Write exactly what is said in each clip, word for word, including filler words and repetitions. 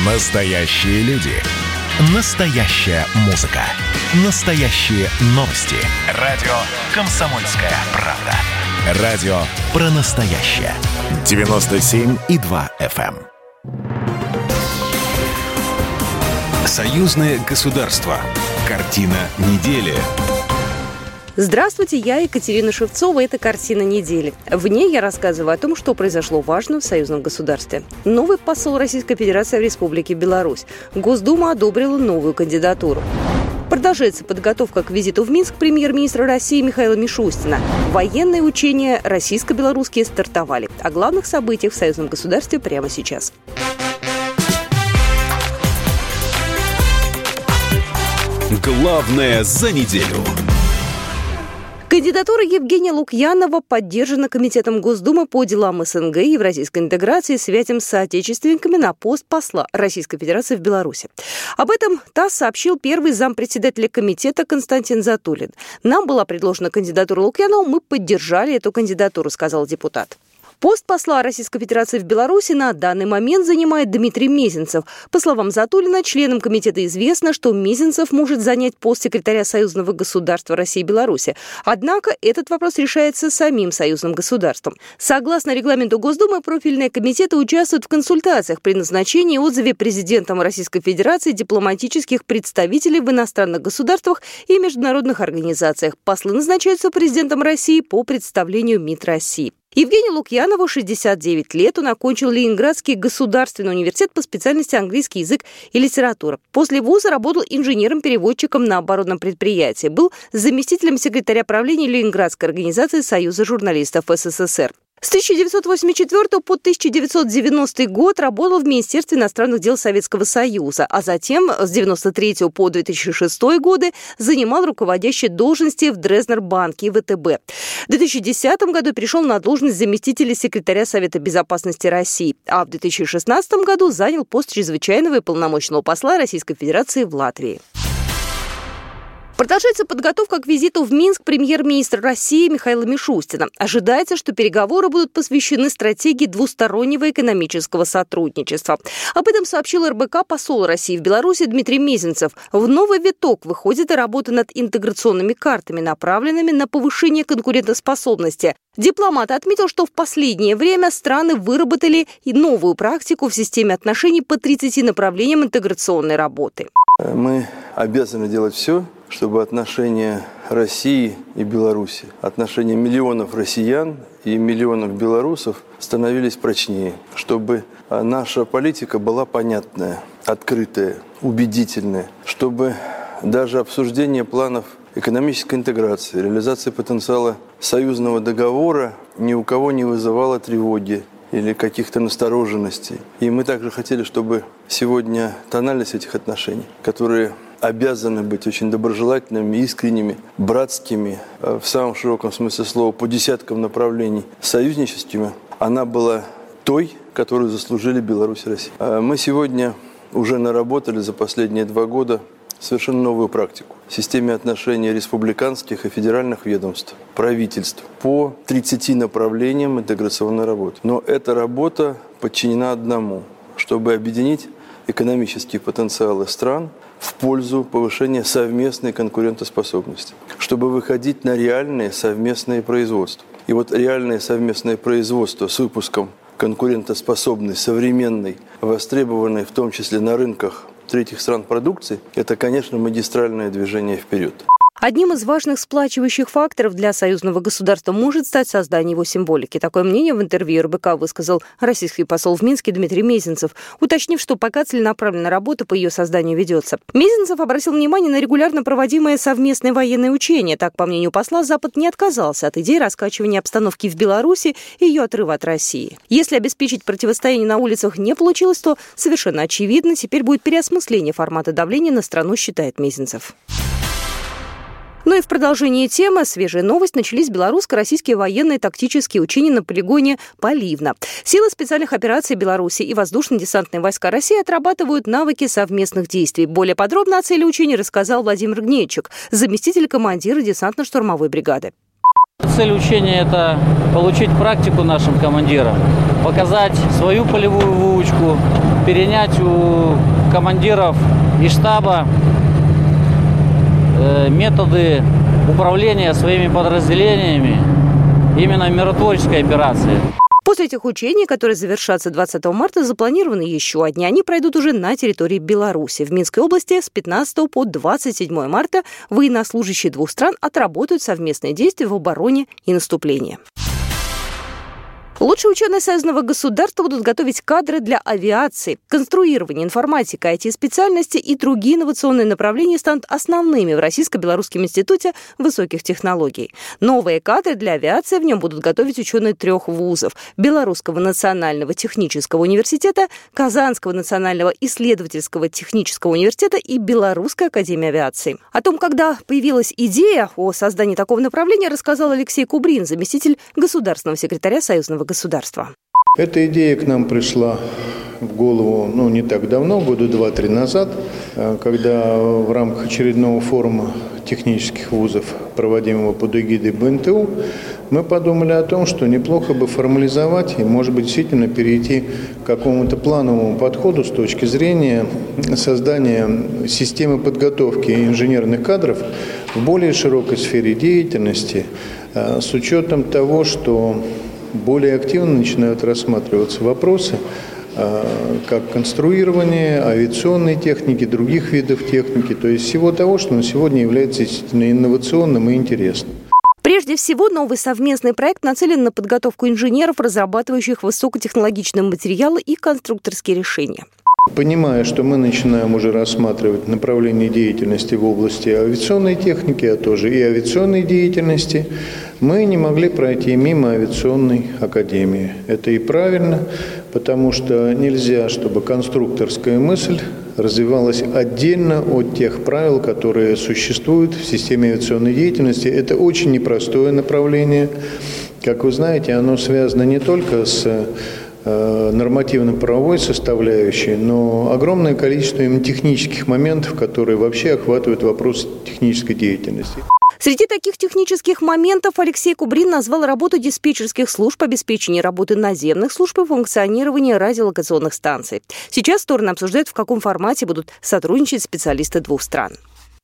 Настоящие люди. Настоящая музыка. Настоящие новости. Радио «Комсомольская правда». Радио про настоящее. девяносто семь и два эф эм. Союзное государство. Картина недели. Здравствуйте, я Екатерина Шевцова. Это «Картина недели». В ней я рассказываю о том, что произошло важно в союзном государстве. Новый посол Российской Федерации в Республике Беларусь. Госдума одобрила новую кандидатуру. Продолжается подготовка к визиту в Минск премьер-министра России Михаила Мишустина. Военные учения российско-белорусские стартовали. О главных событиях в союзном государстве прямо сейчас. Главное за неделю. Кандидатура Евгения Лукьянова поддержана Комитетом Госдумы по делам СНГ и евразийской интеграции и связям с соотечественниками на пост посла Российской Федерации в Беларуси. Об этом ТАСС сообщил первый зампредседателя комитета Константин Затулин. Нам была предложена кандидатура Лукьянова, мы поддержали эту кандидатуру, сказал депутат. Пост посла Российской Федерации в Беларуси на данный момент занимает Дмитрий Мезенцев. По словам Затулина, членам комитета известно, что Мезенцев может занять пост секретаря Союзного государства России и Беларуси. Однако этот вопрос решается самим союзным государством. Согласно регламенту Госдумы, профильные комитеты участвуют в консультациях при назначении и отзыве президентом Российской Федерации дипломатических представителей в иностранных государствах и международных организациях. Послы назначаются президентом России по представлению МИД России. Евгению Лукьянову шестьдесят девять лет. Он окончил Ленинградский государственный университет по специальности английский язык и литература. После вуза работал инженером-переводчиком на оборонном предприятии. Был заместителем секретаря правления Ленинградской организации Союза журналистов СССР. С тысяча девятьсот восемьдесят четвёртого по тысяча девятьсот девяностый год работал в Министерстве иностранных дел Советского Союза, а затем с девяносто третьего по две тысячи шестой годы занимал руководящие должности в Дрезднер-банке и вэ тэ бэ. В две тысячи десятом году перешел на должность заместителя секретаря Совета безопасности России, а в две тысячи шестнадцатом году занял пост чрезвычайного и полномочного посла Российской Федерации в Латвии. Продолжается подготовка к визиту в Минск премьер-министра России Михаила Мишустина. Ожидается, что переговоры будут посвящены стратегии двустороннего экономического сотрудничества. Об этом сообщил эр бэ ка посол России в Беларуси Дмитрий Мезенцев. В новый виток выходит и работа над интеграционными картами, направленными на повышение конкурентоспособности. Дипломат отметил, что в последнее время страны выработали и новую практику в системе отношений по тридцати направлениям интеграционной работы. Мы обязаны делать все, чтобы отношения России и Беларуси, отношения миллионов россиян и миллионов белорусов становились прочнее, чтобы наша политика была понятная, открытая, убедительная, чтобы даже обсуждение планов экономической интеграции, реализации потенциала союзного договора ни у кого не вызывало тревоги или каких-то настороженностей. И мы также хотели, чтобы сегодня тональность этих отношений, которые обязаны быть очень доброжелательными, искренними, братскими, в самом широком смысле слова, по десяткам направлений союзничествами, она была той, которую заслужили Беларусь и Россия. Мы сегодня уже наработали за последние два года совершенно новую практику в системе отношений республиканских и федеральных ведомств, правительств по тридцати направлениям интеграционной работы. Но эта работа подчинена одному, чтобы объединить экономические потенциалы стран в пользу повышения совместной конкурентоспособности, чтобы выходить на реальные совместные производства. И вот реальное совместное производство с выпуском конкурентоспособной, современной, востребованной в том числе на рынках третьих стран продукции, это, конечно, магистральное движение вперед. Одним из важных сплачивающих факторов для союзного государства может стать создание его символики. Такое мнение в интервью эр бэ ка высказал российский посол в Минске Дмитрий Мезенцев, уточнив, что пока целенаправленная работа по ее созданию ведется. Мезенцев обратил внимание на регулярно проводимые совместные военные учения. Так, по мнению посла, Запад не отказался от идеи раскачивания обстановки в Беларуси и ее отрыва от России. Если обеспечить противостояние на улицах не получилось, то совершенно очевидно, теперь будет переосмысление формата давления на страну, считает Мезенцев. Ну и в продолжении темы свежая новость. Начались белорусско-российские военные тактические учения на полигоне Поливна. Силы специальных операций Беларуси и воздушно-десантные войска России отрабатывают навыки совместных действий. Более подробно о цели учений рассказал Владимир Гнедчик, заместитель командира десантно-штурмовой бригады. Цель учения – это получить практику нашим командирам, показать свою полевую выучку, перенять у командиров и штаба методы управления своими подразделениями именно в миротворческой операции. После этих учений, которые завершатся двадцатого марта, запланированы еще одни. Они пройдут уже на территории Беларуси. В Минской области с пятнадцатого по двадцать седьмое марта военнослужащие двух стран отработают совместные действия в обороне и наступлении. Лучшие ученые союзного государства будут готовить кадры для авиации. Конструирование, информатика, ай ти-специальности и другие инновационные направления станут основными в Российско-Белорусском институте высоких технологий. Новые кадры для авиации в нем будут готовить ученые трех вузов – Белорусского национального технического университета, Казанского национального исследовательского технического университета и Белорусской академии авиации. О том, когда появилась идея о создании такого направления, рассказал Алексей Кубрин, заместитель государственного секретаря союзного государства. Эта идея к нам пришла в голову ну, не так давно, года два-три назад, когда в рамках очередного форума технических вузов, проводимого под эгидой бэ эн тэ у, мы подумали о том, что неплохо бы формализовать и, может быть, действительно перейти к какому-то плановому подходу с точки зрения создания системы подготовки инженерных кадров в более широкой сфере деятельности, с учетом того, что более активно начинают рассматриваться вопросы, как конструирование авиационной техники, других видов техники, то есть всего того, что на сегодня является действительно инновационным и интересным. Прежде всего, новый совместный проект нацелен на подготовку инженеров, разрабатывающих высокотехнологичные материалы и конструкторские решения. Понимая, что мы начинаем уже рассматривать направление деятельности в области авиационной техники, а тоже и авиационной деятельности, мы не могли пройти мимо авиационной академии. Это и правильно, потому что нельзя, чтобы конструкторская мысль развивалась отдельно от тех правил, которые существуют в системе авиационной деятельности. Это очень непростое направление. Как вы знаете, оно связано не только с нормативно-правовой составляющей, но огромное количество именно технических моментов, которые вообще охватывают вопрос технической деятельности. Среди таких технических моментов Алексей Кубрин назвал работу диспетчерских служб, обеспечение работы наземных служб и функционирование радиолокационных станций. Сейчас стороны обсуждают, в каком формате будут сотрудничать специалисты двух стран.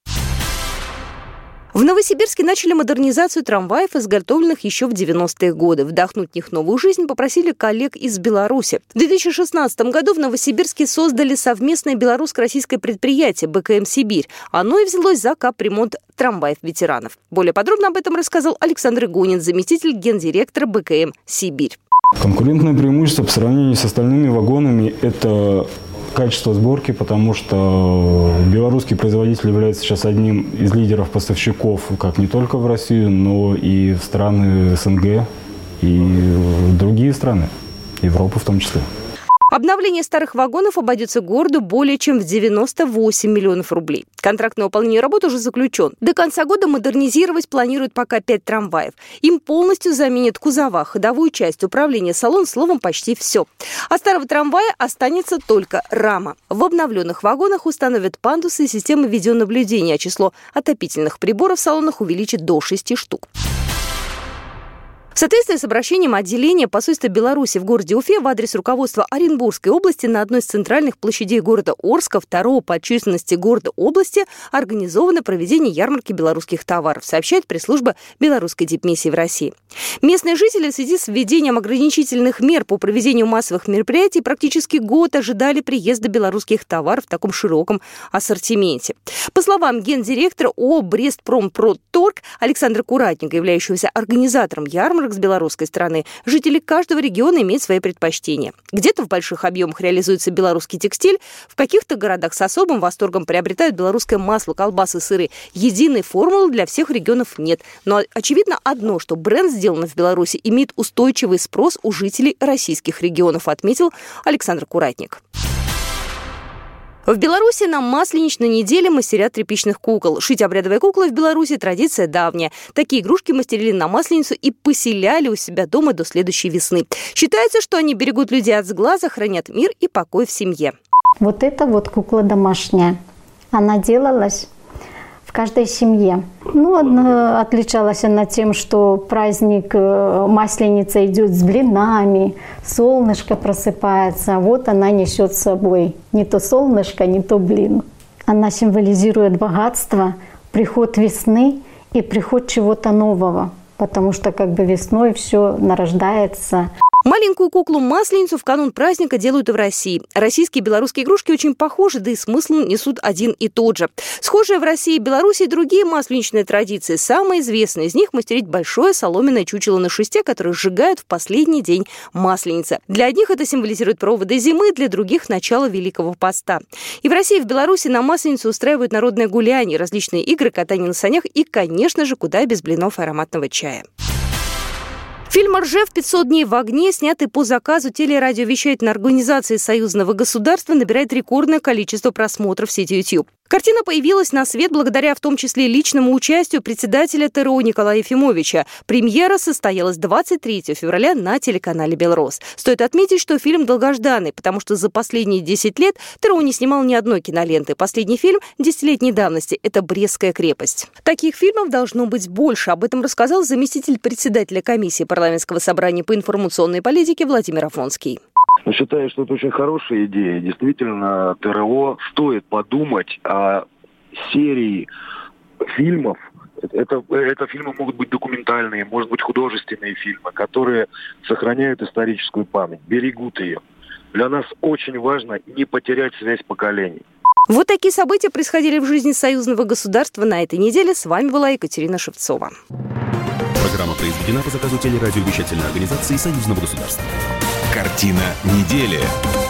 В Новосибирске начали модернизацию трамваев, изготовленных еще в девяностые годы. Вдохнуть в них новую жизнь попросили коллег из Беларуси. В две тысячи шестнадцатом году в Новосибирске создали совместное белорусско-российское предприятие бэ ка эм «Сибирь». Оно и взялось за капремонт трамваев ветеранов. Более подробно об этом рассказал Александр Игонин, заместитель гендиректора бэ ка эм «Сибирь». Конкурентное преимущество по сравнению с остальными вагонами – это качество сборки, потому что белорусский производитель является сейчас одним из лидеров поставщиков как не только в Россию, но и в страны эс эн гэ и в другие страны, Европы в том числе. Обновление старых вагонов обойдется городу более чем в девяносто восемь миллионов рублей. Контракт на выполнение работ уже заключен. До конца года модернизировать планируют пока пять трамваев. Им полностью заменят кузова, ходовую часть, управление, салон, словом, почти все. От старого трамвая останется только рама. В обновленных вагонах установят пандусы и системы видеонаблюдения, а число отопительных приборов в салонах увеличат до шести штук. В соответствии с обращением отделения посольства Беларуси в городе Уфе в адрес руководства Оренбургской области на одной из центральных площадей города Орска, второго по численности города области, организовано проведение ярмарки белорусских товаров, сообщает пресс-служба белорусской дипмиссии в России. Местные жители в связи с введением ограничительных мер по проведению массовых мероприятий практически год ожидали приезда белорусских товаров в таком широком ассортименте. По словам гендиректора ООО «Брестпромпродторг» Александра Куратника, являющегося организатором ярмарок с белорусской стороны, жители каждого региона имеют свои предпочтения. Где-то в больших объемах реализуется белорусский текстиль, в каких-то городах с особым восторгом приобретают белорусское масло, колбасы, сыры. Единой формулы для всех регионов нет. Но очевидно одно, что бренд, сделанный в Беларуси, имеет устойчивый спрос у жителей российских регионов, отметил Александр Куратник. В Беларуси на Масленичной неделе мастерят тряпичных кукол. Шить обрядовые куклы в Беларуси – традиция давняя. Такие игрушки мастерили на Масленицу и поселяли у себя дома до следующей весны. Считается, что они берегут людей от сглаза, хранят мир и покой в семье. Вот эта вот кукла домашняя. Она делалась в каждой семье. Ну, одна, отличалась она тем, что праздник Масленица идет с блинами, солнышко просыпается, вот она несет с собой не то солнышко, не то блин. Она символизирует богатство, приход весны и приход чего-то нового, потому что как бы весной все нарождается. Маленькую куклу-масленицу в канун праздника делают и в России. Российские и белорусские игрушки очень похожи, да и смысл несут один и тот же. Схожие в России и Беларуси другие масленичные традиции. Самая известная из них – мастерить большое соломенное чучело на шесте, которое сжигают в последний день Масленицы. Для одних это символизирует проводы зимы, для других – начало Великого Поста. И в России, и в Беларуси на Масленицу устраивают народное гуляние, различные игры, катание на санях и, конечно же, куда без блинов и ароматного чая. Фильм «Ржев. пятьсот дней в огне», снятый по заказу телерадиовещательной организации Союзного государства, набирает рекордное количество просмотров в сети YouTube. Картина появилась на свет благодаря в том числе личному участию председателя ТРО Николая Ефимовича. Премьера состоялась двадцать третьего февраля на телеканале «Белрос». Стоит отметить, что фильм долгожданный, потому что за последние десять лет ТРО не снимал ни одной киноленты. Последний фильм десятилетней давности – это «Брестская крепость». Таких фильмов должно быть больше. Об этом рассказал заместитель председателя комиссии парламентского собрания по информационной политике Владимир Афонский. Я считаю, что это очень хорошая идея. Действительно, ТРО стоит подумать о серии фильмов. Это, это фильмы могут быть документальные, может быть, художественные фильмы, которые сохраняют историческую память, берегут ее. Для нас очень важно не потерять связь поколений. Вот такие события происходили в жизни союзного государства на этой неделе. С вами была Екатерина Шевцова. Программа произведена по заказу телерадиовещательной организации Союзного государства. Картина недели.